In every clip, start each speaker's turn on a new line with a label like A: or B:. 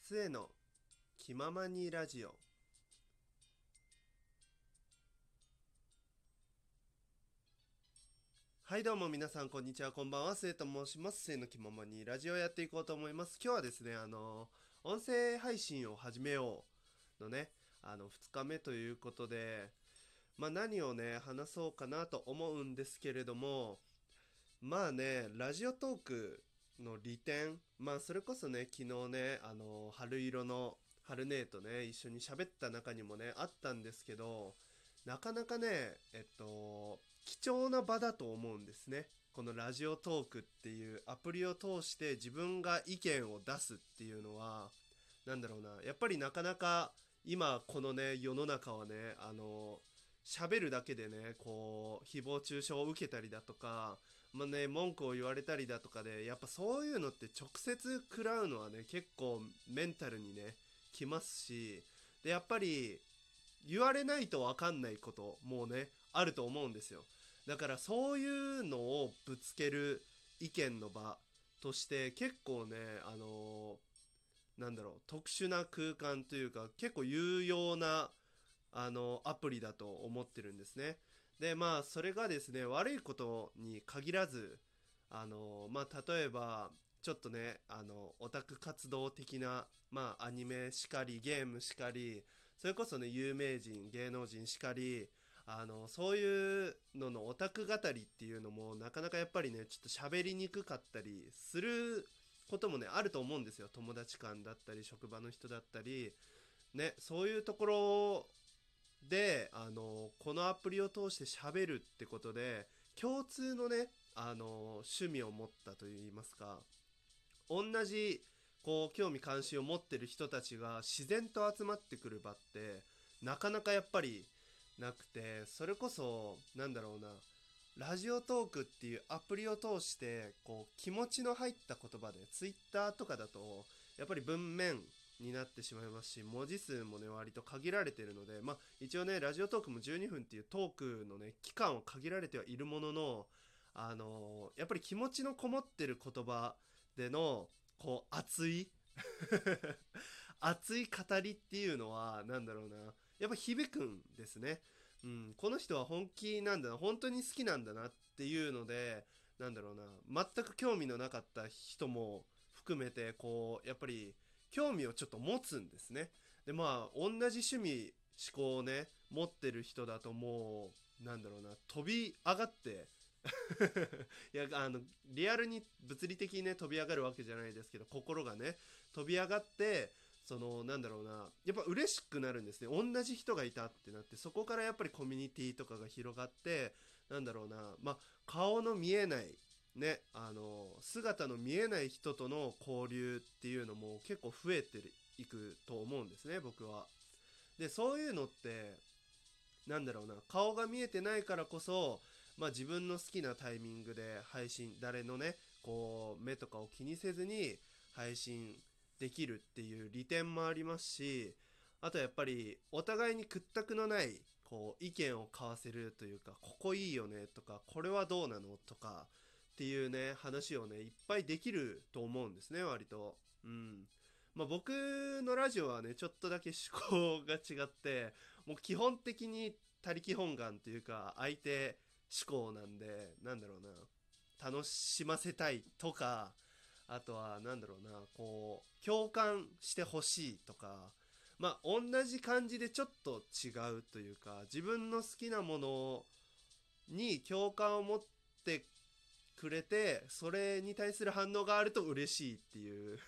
A: 末の気ままにラジオ。はい、どうも皆さんこんにちは、こんばんは。末と申します。末の気ままにラジオをやっていこうと思います。今日はですね、音声配信を始めようのね、2日目ということで、何をね話そうかなと思うんですけれども、ラジオトークの利点、それこそね、昨日ね、春色の春姉とね一緒に喋った中にもねあったんですけど、なかなかね、貴重な場だと思うんですね。このラジオトークっていうアプリを通して自分が意見を出すっていうのは、やっぱりなかなか今このね世の中はね、喋るだけでねこう誹謗中傷を受けたりだとか、文句を言われたりだとかで、やっぱそういうのって直接食らうのはね結構メンタルにねきますし、でやっぱり言われないと分かんないこともねあると思うんですよ。だからそういうのをぶつける意見の場として結構ね、特殊な空間というか結構有用なアプリだと思ってるんですね。でそれがですね悪いことに限らず、例えばちょっとねオタク活動的な、アニメしかりゲームしかり、それこそね有名人芸能人しかり、そういうののオタク語りっていうのもなかなかやっぱりねちょっと喋りにくかったりすることもねあると思うんですよ。友達間だったり職場の人だったりね、そういうところでこのアプリを通して喋るってことで共通のね趣味を持ったといいますか、同じこう興味関心を持ってる人たちが自然と集まってくる場ってなかなかやっぱりなくて、それこそラジオトークっていうアプリを通してこう気持ちの入った言葉で、ツイッターとかだとやっぱり文面になってしまいますし、文字数もね割と限られてるので、一応ねラジオトークも12分っていうトークのね期間を限られてはいるものの、やっぱり気持ちのこもってる言葉でのこう熱い熱い語りっていうのはやっぱ響くんですね。この人は本気なんだな、本当に好きなんだなっていうので、全く興味のなかった人も含めてこうやっぱり興味をちょっと持つんですね。で同じ趣味思考をね持ってる人だともう飛び上がっていやリアルに物理的にね飛び上がるわけじゃないですけど、心がね飛び上がって、そのやっぱ嬉しくなるんですね。同じ人がいたってなって、そこからやっぱりコミュニティとかが広がって、顔の見えないね姿の見えない人との交流っていうのも結構増えていくと思うんですね、僕は。でそういうのって顔が見えてないからこそ、自分の好きなタイミングで配信、誰のねこう目とかを気にせずに配信できるっていう利点もありますし、あとやっぱりお互いに屈託のないこう意見を交わせるというか、ここいいよねとか、これはどうなのとかっていうね話をねいっぱいできると思うんですね、割と。僕のラジオはねちょっとだけ趣向が違って、もう基本的に他力本願というか相手思考なんで、楽しませたいとか、あとはこう共感してほしいとか、同じ感じでちょっと違うというか、自分の好きなものに共感を持ってくれて、それに対する反応があると嬉しいっていう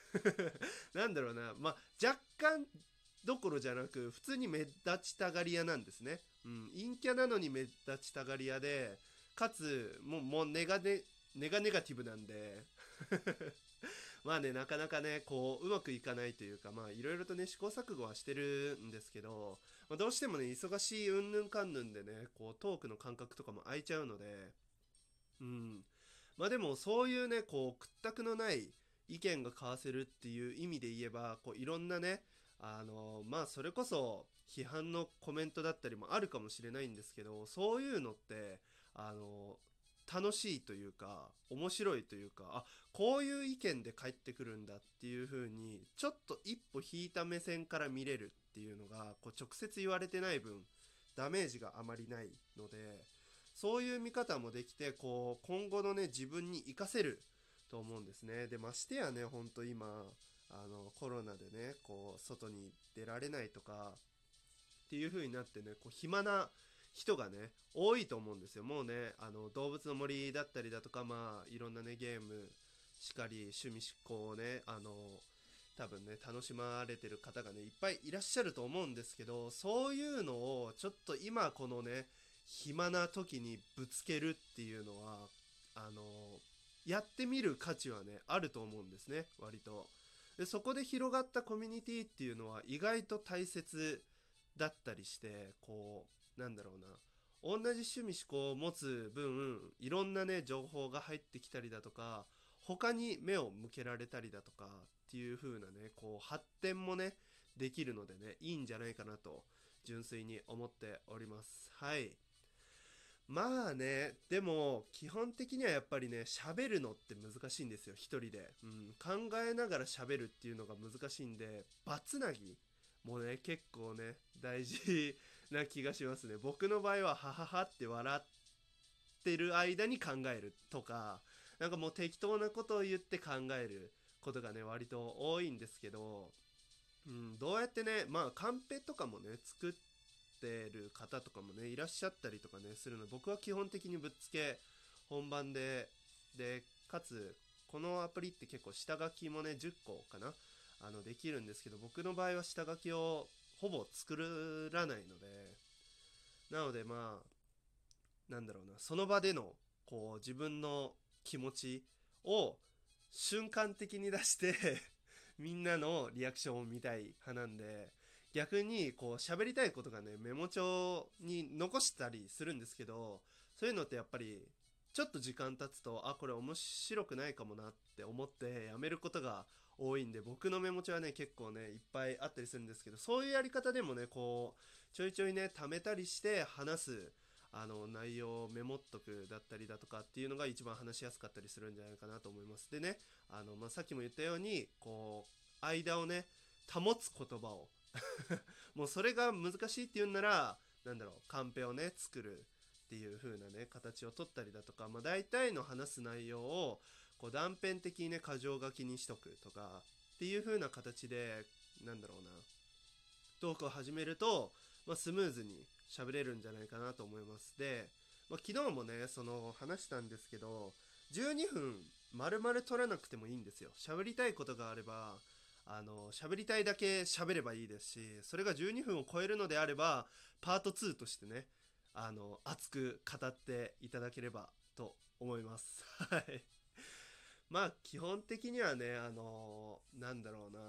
A: 若干どころじゃなく普通に目立ちたがり屋なんですね。陰キャなのに目立ちたがり屋で、かつもうネガネガティブなんでなかなかねこううまくいかないというか、いろいろとね試行錯誤はしてるんですけど、どうしてもね忙しいうんぬんかんぬんでねこうトークの感覚とかも空いちゃうので、うんでもそういうねこう屈託のない意見が交わせるっていう意味で言えば、こういろんなねそれこそ批判のコメントだったりもあるかもしれないんですけど、そういうのってあの楽しいというか面白いというか、こういう意見で返ってくるんだっていう風にちょっと一歩引いた目線から見れるっていうのがこう直接言われてない分ダメージがあまりないので、そういう見方もできてこう今後のね自分に活かせると思うんですね。でましてやね、ほんと今コロナでねこう外に出られないとかっていう風になってね、こう暇な人がね多いと思うんですよ。もうね動物の森だったりだとか、いろんなねゲームしかり趣味思考をね多分ね楽しまれてる方がねいっぱいいらっしゃると思うんですけど、そういうのをちょっと今このね暇な時にぶつけるっていうのはやってみる価値はねあると思うんですね、割と。でそこで広がったコミュニティっていうのは意外と大切だったりして、こうなんだろうな、同じ趣味思考を持つ分いろんなね情報が入ってきたりだとか、他に目を向けられたりだとかっていう風なねこう発展もねできるのでね、いいんじゃないかなと純粋に思っております。はい。まあね、でも基本的にはやっぱりね喋るのって難しいんですよ、一人で、考えながら喋るっていうのが難しいんで、バツナギもね結構ね大事な気がしますね。僕の場合はハハハって笑ってる間に考えるとか、なんかもう適当なことを言って考えることがね割と多いんですけど、どうやってね、カンペとかもね作ってる方とかもねいらっしゃったりとかねするので、僕は基本的にぶっつけ本番でかつこのアプリって結構下書きもね10個かなできるんですけど、僕の場合は下書きをほぼ作らないので、なのでなんだろうな、その場でのこう自分の気持ちを瞬間的に出してみんなのリアクションを見たい派なんで、逆にこう喋りたいことがねメモ帳に残したりするんですけど、そういうのってやっぱりちょっと時間経つとこれ面白くないかもなって思ってやめることが多いんで、僕のメモ帳はね結構ねいっぱいあったりするんですけど、そういうやり方でもねこうちょいちょいね貯めたりして話す内容をメモっとくだったりだとかっていうのが一番話しやすかったりするんじゃないかなと思います。でねさっきも言ったようにこう間をね保つ言葉をもうそれが難しいっていうんなら、なんだろう、カンペをね作るっていう風なね形を取ったりだとか、大体の話す内容をこう断片的にね箇条書きにしとくとかっていう風な形で、なんだろうな、トークを始めると、スムーズに喋れるんじゃないかなと思います。で、昨日もねその話したんですけど、12分丸々取らなくてもいいんですよ。喋りたいことがあれば喋りたいだけ喋ればいいですし、それが12分を超えるのであればパート2としてね熱く語っていただければと思います。はい。基本的にはねなんだろうな、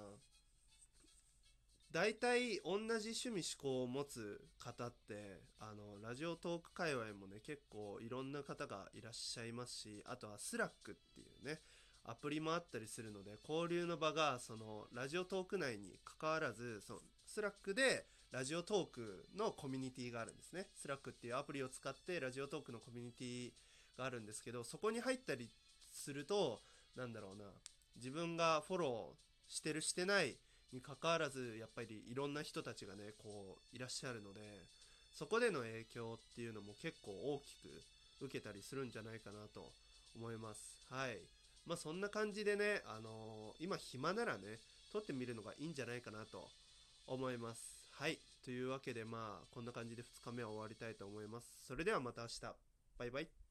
A: 大体同じ趣味思考を持つ方ってラジオトーク界隈もね結構いろんな方がいらっしゃいますし、あとはスラックっていうねアプリもあったりするので、交流の場がそのラジオトーク内に関わらず、そのスラックでラジオトークのコミュニティがあるんですね。スラックっていうアプリを使ってラジオトークのコミュニティがあるんですけど、そこに入ったりすると、なんだろうな、自分がフォローしてるしてないに関わらずやっぱりいろんな人たちがねこういらっしゃるので、そこでの影響っていうのも結構大きく受けたりするんじゃないかなと思います。はい。そんな感じでね今暇ならね撮ってみるのがいいんじゃないかなと思います。はい。というわけでこんな感じで2日目は終わりたいと思います。それではまた明日。バイバイ。